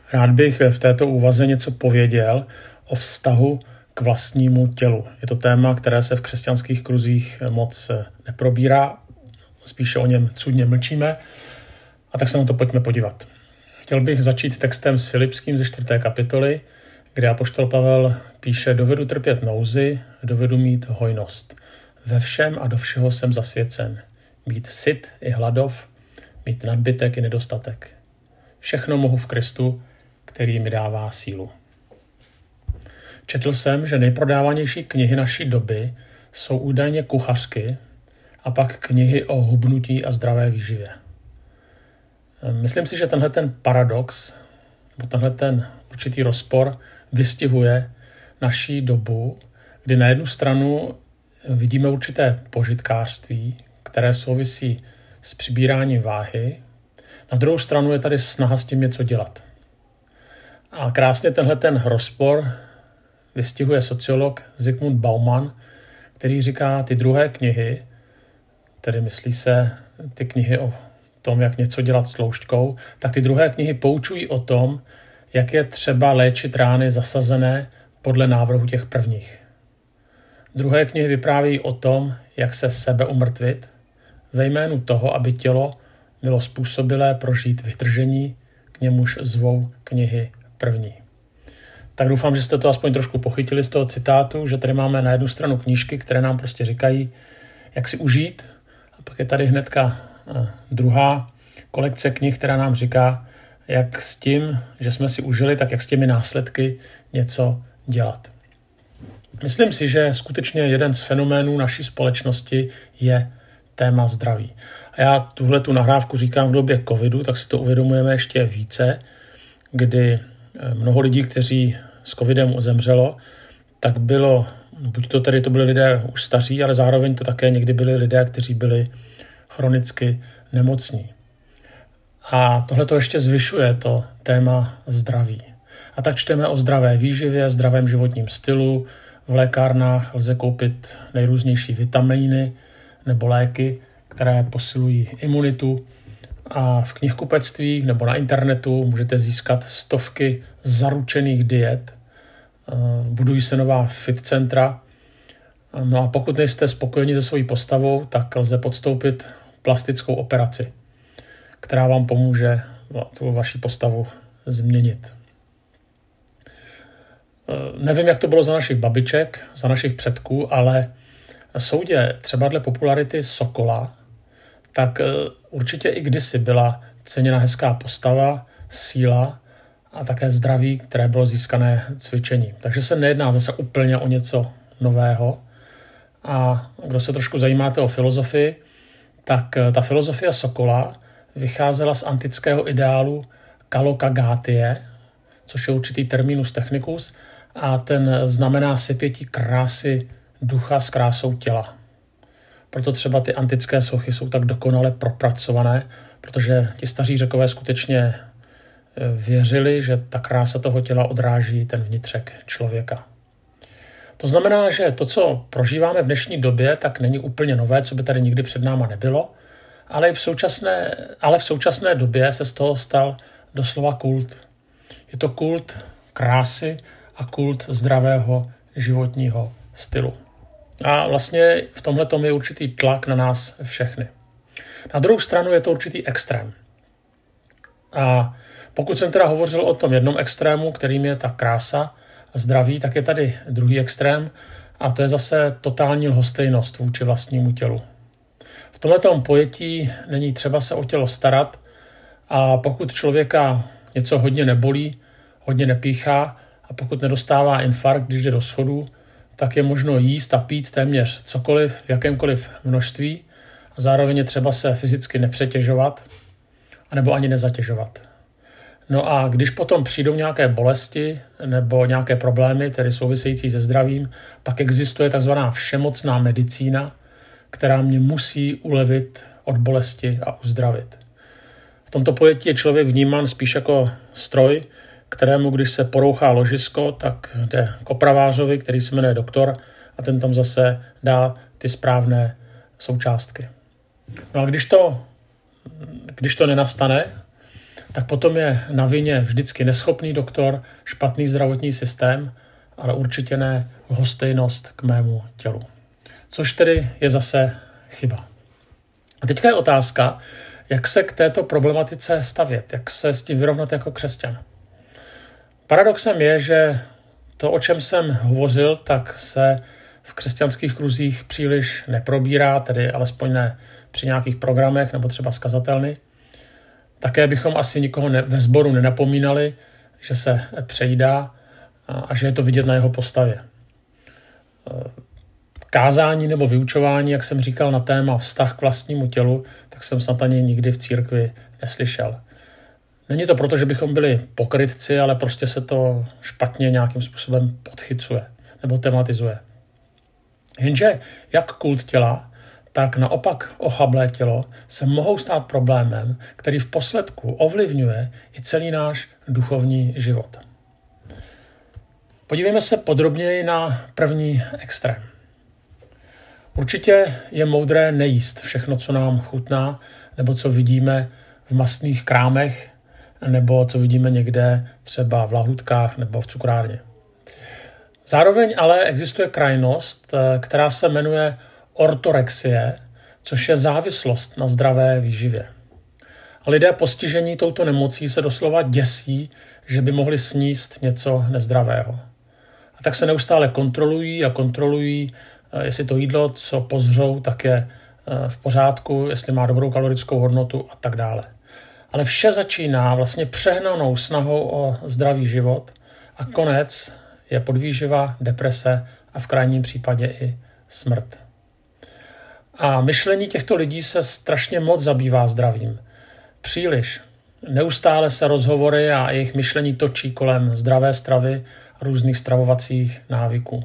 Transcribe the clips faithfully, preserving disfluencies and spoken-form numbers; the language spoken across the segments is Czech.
Rád bych v této úvaze něco pověděl o vztahu k vlastnímu tělu. Je to téma, které se v křesťanských kruzích moc neprobírá, spíše o něm cudně mlčíme, a tak se na to pojďme podívat. Chtěl bych začít textem s Filipským ze čtvrté kapitoly, kde apoštol Pavel píše: dovedu trpět nouzi, dovedu mít hojnost. Ve všem a do všeho jsem zasvěcen. Být syt i hladov, mít nadbytek i nedostatek. Všechno mohu v Kristu, který mi dává sílu. Četl jsem, že nejprodávanější knihy naší doby jsou údajně kuchařky a pak knihy o hubnutí a zdravé výživě. Myslím si, že tenhle ten paradox, nebo tenhle ten určitý rozpor vystihuje naší dobu, kdy na jednu stranu vidíme určité požitkářství, které souvisí s přibíráním váhy, na druhou stranu je tady snaha s tím něco dělat. A krásně tenhle ten rozpor vystihuje sociolog Zygmunt Bauman, který říká, ty druhé knihy, tedy myslí se ty knihy o tom, jak něco dělat s tloušťkou, tak ty druhé knihy poučují o tom, jak je třeba léčit rány zasazené podle návrhu těch prvních. Druhé knihy vyprávějí o tom, jak se sebe umrtvit, ve jménu toho, aby tělo bylo způsobilé prožít vytržení, k němuž zvou knihy první. Tak doufám, že jste to aspoň trošku pochytili z toho citátu, že tady máme na jednu stranu knížky, které nám prostě říkají, jak si užít, a pak je tady hnedka druhá kolekce knih, která nám říká, jak s tím, že jsme si užili, tak jak s těmi následky něco dělat. Myslím si, že skutečně jeden z fenoménů naší společnosti je téma zdraví. A já tuhle tu nahrávku říkám v době covidu, tak si to uvědomujeme ještě více, kdy mnoho lidí, kteří s covidem zemřelo, tak bylo, buď to tedy to byli lidé už staří, ale zároveň to také někdy byli lidé, kteří byli chronicky nemocní. A tohle to ještě zvyšuje to téma zdraví. A tak čteme o zdravé výživě, zdravém životním stylu, v lékárnách lze koupit nejrůznější vitamíny nebo léky, které posilují imunitu. A v knihkupectví nebo na internetu můžete získat stovky zaručených diet. Budují se nová fit centra. No a pokud nejste spokojeni se svojí postavou, tak lze podstoupit plastickou operaci, která vám pomůže tu vaši postavu změnit. Nevím, jak to bylo za našich babiček, za našich předků, ale soudě třeba dle popularity Sokola, tak určitě i kdysi byla ceněna hezká postava, síla a také zdraví, které bylo získané cvičením. Takže se nejedná zase úplně o něco nového. A kdo se trošku zajímáte o filozofii, tak ta filozofie Sokola vycházela z antického ideálu kalokagatie, což je určitý terminus technicus, a ten znamená sepětí krásy ducha s krásou těla. Proto třeba ty antické sochy jsou tak dokonale propracované, protože ti staří Řekové skutečně věřili, že ta krása toho těla odráží ten vnitřek člověka. To znamená, že to, co prožíváme v dnešní době, tak není úplně nové, co by tady nikdy před náma nebylo, ale v současné, ale v současné době se z toho stal doslova kult. Je to kult krásy a kult zdravého životního stylu. A vlastně v tomhletom je určitý tlak na nás všechny. Na druhou stranu je to určitý extrém. A pokud jsem teda hovořil o tom jednom extrému, kterým je ta krása a zdraví, tak je tady druhý extrém a to je zase totální lhostejnost vůči vlastnímu tělu. V tomhletom pojetí není třeba se o tělo starat a pokud člověka něco hodně nebolí, hodně nepíchá a pokud nedostává infarkt, když jde do schodů, tak je možno jíst a pít téměř cokoliv v jakémkoliv množství a zároveň je třeba se fyzicky nepřetěžovat anebo ani nezatěžovat. No a když potom přijdou nějaké bolesti nebo nějaké problémy, tedy související se zdravím, pak existuje takzvaná všemocná medicína, která mě musí ulevit od bolesti a uzdravit. V tomto pojetí je člověk vnímán spíš jako stroj, kterému, když se porouchá ložisko, tak jde k opravářovi, který se jmenuje doktor, a ten tam zase dá ty správné součástky. No a když to, když to nenastane, tak potom je na vině vždycky neschopný doktor, špatný zdravotní systém, ale určitě ne lhostejnost k mému tělu. Což tedy je zase chyba. A teďka je otázka, jak se k této problematice stavět, jak se s tím vyrovnat jako křesťan. Paradoxem je, že to, o čem jsem hovořil, tak se v křesťanských kruzích příliš neprobírá, tedy alespoň ne při nějakých programech nebo třeba z kazatelny. Také bychom asi nikoho ne, ve sboru nenapomínali, že se přejídá a, a že je to vidět na jeho postavě. Kázání nebo vyučování, jak jsem říkal, na téma vztah k vlastnímu tělu, tak jsem snad ani nikdy v církvi neslyšel. Není to proto, že bychom byli pokrytci, ale prostě se to špatně nějakým způsobem podchycuje nebo tematizuje. Jenže jak kult těla, tak naopak ochablé tělo se mohou stát problémem, který v posledku ovlivňuje i celý náš duchovní život. Podívejme se podrobněji na první extrém. Určitě je moudré nejíst všechno, co nám chutná, nebo co vidíme v mastných krámech, nebo co vidíme někde třeba v lahůdkách nebo v cukrárně. Zároveň ale existuje krajnost, která se jmenuje ortorexie, což je závislost na zdravé výživě. A lidé postižení touto nemocí se doslova děsí, že by mohli sníst něco nezdravého. A tak se neustále kontrolují a kontrolují, jestli to jídlo, co pozřou, tak je v pořádku, jestli má dobrou kalorickou hodnotu a tak dále. Ale vše začíná vlastně přehnanou snahou o zdravý život a konec je podvýživa, deprese a v krajním případě i smrt. A myšlení těchto lidí se strašně moc zabývá zdravím. Příliš. Neustále se rozhovory a jejich myšlení točí kolem zdravé stravy a různých stravovacích návyků.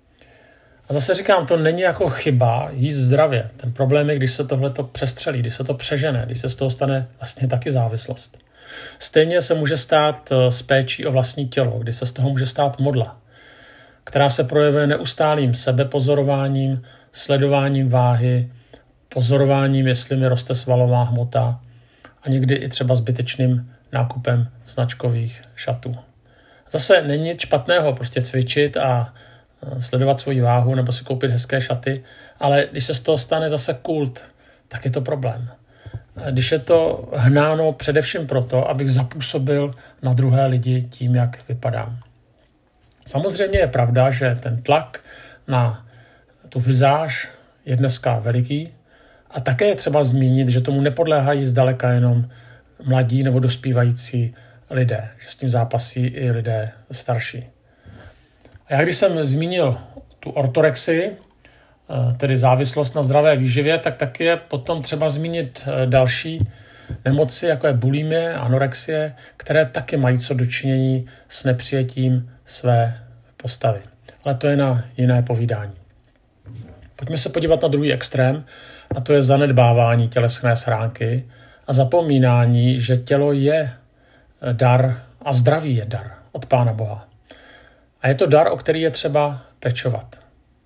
A zase říkám, to není jako chyba jíst zdravě. Ten problém je, když se tohleto přestřelí, když se to přežene, když se z toho stane vlastně taky závislost. Stejně se může stát s péčí o vlastní tělo, kdy se z toho může stát modla, která se projevuje neustálým sebepozorováním, sledováním váhy, pozorováním, jestli mi roste svalová hmota a někdy i třeba zbytečným nákupem značkových šatů. Zase není nic špatného prostě cvičit a sledovat svoji váhu nebo si koupit hezké šaty, ale když se z toho stane zase kult, tak je to problém. Když je to hnáno především proto, abych zapůsobil na druhé lidi tím, jak vypadám. Samozřejmě je pravda, že ten tlak na tu vizáž je dneska veliký a také je třeba zmínit, že tomu nepodléhají zdaleka jenom mladí nebo dospívající lidé, že s tím zápasí i lidé starší. A já když jsem zmínil tu ortorexii, tedy závislost na zdravé výživě, tak taky je potom třeba zmínit další nemoci, jako je bulimie, anorexie, které taky mají co dočinění s nepřijetím své postavy. Ale to je na jiné povídání. Pojďme se podívat na druhý extrém, a to je zanedbávání tělesné schránky a zapomínání, že tělo je dar a zdraví je dar od Pána Boha. A je to dar, o který je třeba pečovat.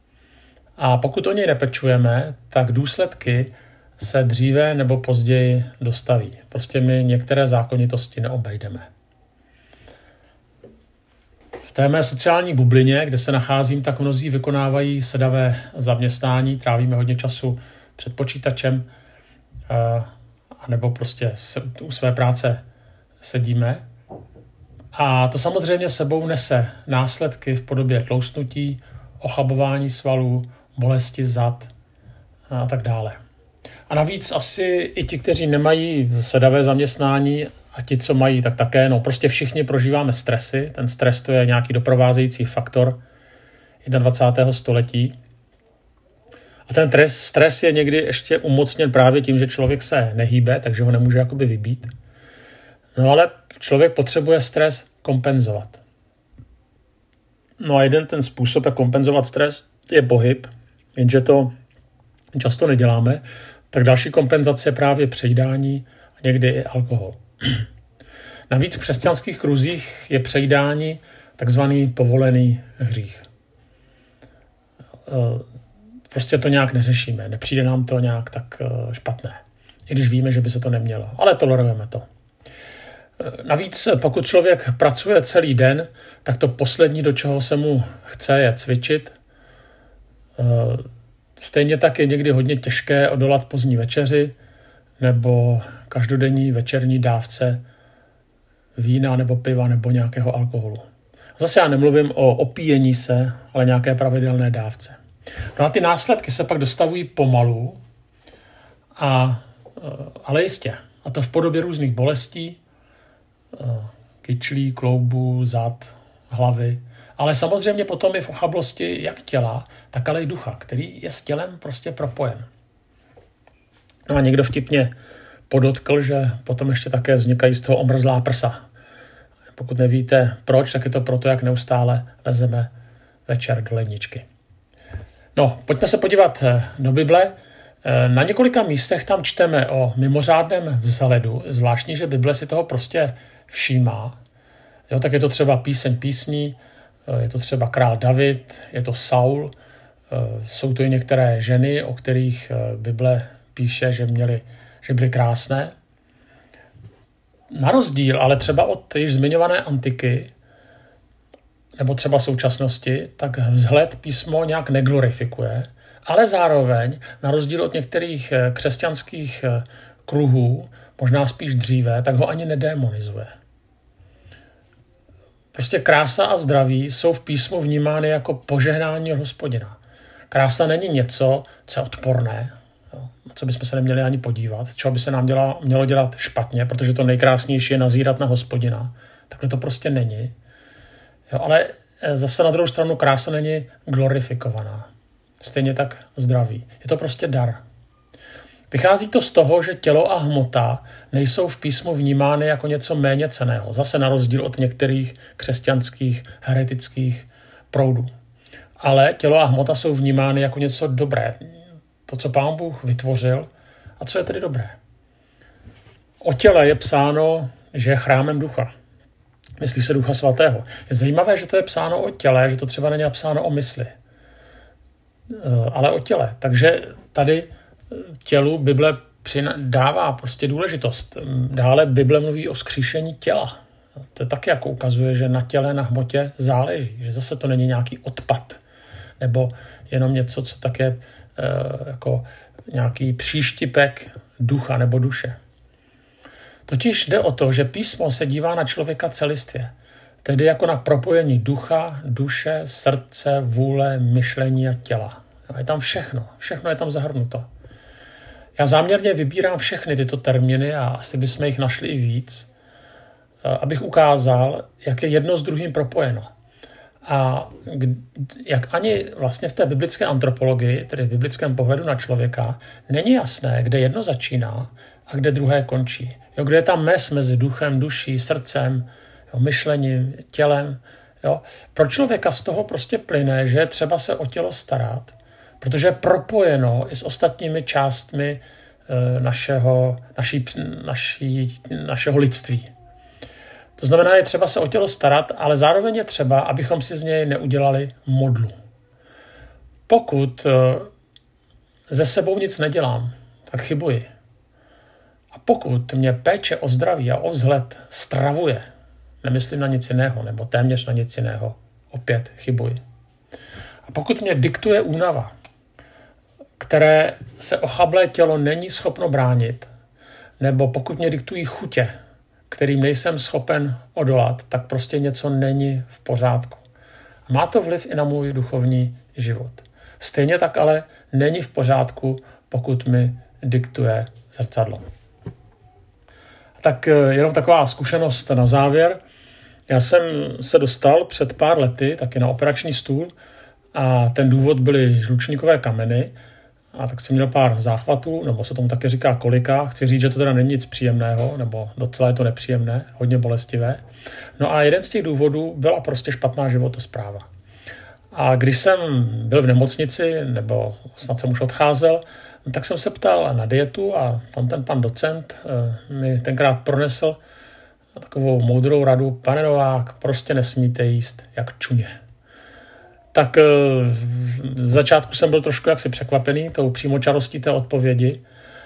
A pokud o něj nepečujeme, tak důsledky se dříve nebo později dostaví. Prostě my některé zákonitosti neobejdeme. V té mé sociální bublině, kde se nacházím, tak mnozí vykonávají sedavé zaměstnání, trávíme hodně času před počítačem, a nebo prostě u své práce sedíme. A to samozřejmě sebou nese následky v podobě tloustnutí, ochabování svalů, bolesti zad a tak dále. A navíc asi i ti, kteří nemají sedavé zaměstnání a ti, co mají, tak také, no prostě všichni prožíváme stresy. Ten stres to je nějaký doprovázející faktor dvacátého prvního století. A ten stres, stres je někdy ještě umocněn právě tím, že člověk se nehýbe, takže ho nemůže jakoby vybít. No ale člověk potřebuje stres kompenzovat. No a jeden ten způsob, jak kompenzovat stres, je pohyb, jenže to často neděláme, tak další kompenzace je právě přejídání a někdy i alkohol. Navíc v křesťanských kruzích je přejídání takzvaný povolený hřích. Prostě to nějak neřešíme, nepřijde nám to nějak tak špatné, i když víme, že by se to nemělo, ale tolerujeme to. Navíc, pokud člověk pracuje celý den, tak to poslední, do čeho se mu chce, je cvičit. Stejně tak je někdy hodně těžké odolat pozdní večeři nebo každodenní večerní dávce vína nebo piva nebo nějakého alkoholu. Zase já nemluvím o opíjení se, ale nějaké pravidelné dávce. No a ty následky se pak dostavují pomalu, a, ale jistě. A to v podobě různých bolestí, kyčlí, kloubů, zad, hlavy. Ale samozřejmě potom i v ochablosti jak těla, tak ale i ducha, který je s tělem prostě propojen. No a někdo vtipně podotkl, že potom ještě také vznikají z toho omrzlá prsa. Pokud nevíte proč, tak je to proto, jak neustále lezeme večer do ledničky. No, pojďme se podívat do Bible. Na několika místech tam čteme o mimořádném vzhledu, zvláštní, že Bible si toho prostě všímá. Jo, tak je to třeba píseň písní, je to třeba král David, je to Saul, jsou to i některé ženy, o kterých Bible píše, že, měly, že byly krásné. Na rozdíl ale třeba od již zmiňované antiky nebo třeba současnosti, tak vzhled písmo nějak neglorifikuje, ale zároveň na rozdíl od některých křesťanských kruhů, možná spíš dříve, tak ho ani nedémonizuje. Prostě krása a zdraví jsou v písmu vnímány jako požehnání od Hospodina. Krása není něco, co je odporné, na co bychom se neměli ani podívat, z čeho by se nám děla, mělo dělat špatně, protože to nejkrásnější je nazírat na Hospodina. Takhle to prostě není. Jo, ale zase na druhou stranu krása není glorifikovaná. Stejně tak zdraví. Je to prostě dar. Vychází to z toho, že tělo a hmota nejsou v písmu vnímány jako něco méně cenného. Zase na rozdíl od některých křesťanských heretických proudů. Ale tělo a hmota jsou vnímány jako něco dobré. To, co Pán Bůh vytvořil a co je tedy dobré. O těle je psáno, že je chrámem ducha. Myslí se Ducha Svatého. Je zajímavé, že to je psáno o těle, že to třeba není napsáno o mysli, ale o těle. Takže tady tělu Bible dává prostě důležitost. Dále Bible mluví o vzkříšení těla. To taky jako ukazuje, že na těle, na hmotě záleží. Že zase to není nějaký odpad. Nebo jenom něco, co také jako nějaký příštipek ducha nebo duše. Totiž jde o to, že písmo se dívá na člověka celistvě. Tedy jako na propojení ducha, duše, srdce, vůle, myšlení a těla. Je tam všechno. Všechno je tam zahrnuto. Já záměrně vybírám všechny tyto termíny a asi bychom jich našli i víc, abych ukázal, jak je jedno s druhým propojeno. A jak ani vlastně v té biblické antropologii, tedy v biblickém pohledu na člověka, není jasné, kde jedno začíná a kde druhé končí. Jo, kde je tam mez mezi duchem, duší, srdcem, jo, myšlením, tělem. Jo. Pro člověka z toho prostě plyne, že je třeba se o tělo starat, protože je propojeno i s ostatními částmi našeho, naší, naší, našeho lidství. To znamená, je třeba se o tělo starat, ale zároveň je třeba, abychom si z něj neudělali modlu. Pokud ze sebou nic nedělám, tak chybuji. A pokud mě péče o zdraví a o vzhled stravuje, nemyslím na nic jiného, nebo téměř na nic jiného, opět chybuji. A pokud mě diktuje únava, které se ochablé tělo není schopno bránit, nebo pokud mě diktují chutě, kterým nejsem schopen odolat, tak prostě něco není v pořádku. A má to vliv i na můj duchovní život. Stejně tak ale není v pořádku, pokud mi diktuje zrcadlo. Tak jenom taková zkušenost na závěr. Já jsem se dostal před pár lety taky na operační stůl a ten důvod byly žlučníkové kameny. A tak jsem měl pár záchvatů, nebo se tomu také říká kolika. Chci říct, že to teda není nic příjemného, nebo docela je to nepříjemné, hodně bolestivé. No a jeden z těch důvodů byla prostě špatná životospráva. A když jsem byl v nemocnici, nebo snad jsem už odcházel, tak jsem se ptal na dietu a tam ten pan docent mi tenkrát pronesl takovou moudrou radu: pane Novák, prostě nesmíte jíst jak čuně. Tak v začátku jsem byl trošku jaksi překvapený tou přímočarostí té odpovědi,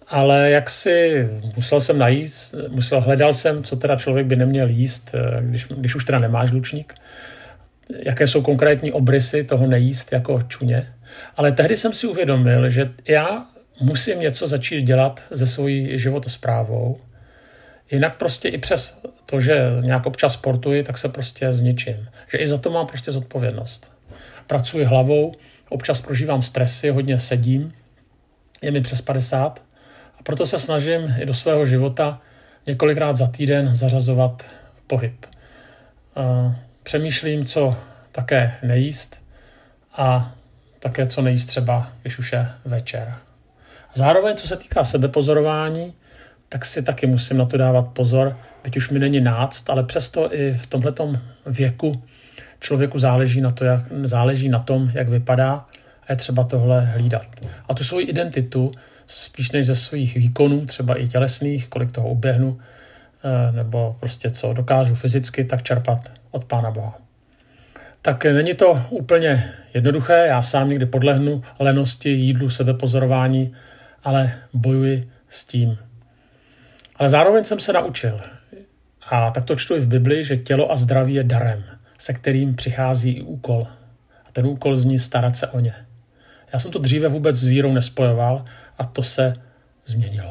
Ale jak si musel jsem najíst, musel, hledal jsem, co teda člověk by neměl jíst, když, když už teda nemá žlučník, jaké jsou konkrétní obrysy toho nejíst jako čuně. Ale tehdy jsem si uvědomil, že já musím něco začít dělat se svojí životosprávou. Jinak prostě i přes to, že nějak občas sportuji, tak se prostě zničím. Že i za to mám prostě zodpovědnost. Pracuji hlavou, občas prožívám stresy, hodně sedím, je mi přes padesát a proto se snažím i do svého života několikrát za týden zařazovat pohyb. Přemýšlím, co také nejíst a také co nejíst třeba, když už je večer. Zároveň, co se týká sebepozorování, tak si taky musím na to dávat pozor, byť už mi není náct, ale přesto i v tomhletom věku člověku záleží na, to, jak, záleží na tom, jak vypadá a je třeba tohle hlídat. A tu svoji identitu, spíš než ze svých výkonů, třeba i tělesných, kolik toho uběhnu, nebo prostě co dokážu fyzicky, tak čerpat od Pána Boha. Tak není to úplně jednoduché, já sám někdy podlehnu lenosti, jídlu, sebepozorování, ale bojuji s tím. Ale zároveň jsem se naučil, a tak to čtu i v Bibli, že tělo a zdraví je darem, se kterým přichází i úkol. A ten úkol zní starat se o ně. Já jsem to dříve vůbec s vírou nespojoval a to se změnilo.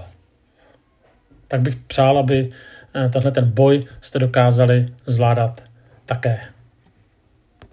Tak bych přál, aby tenhle ten boj jste dokázali zvládat také.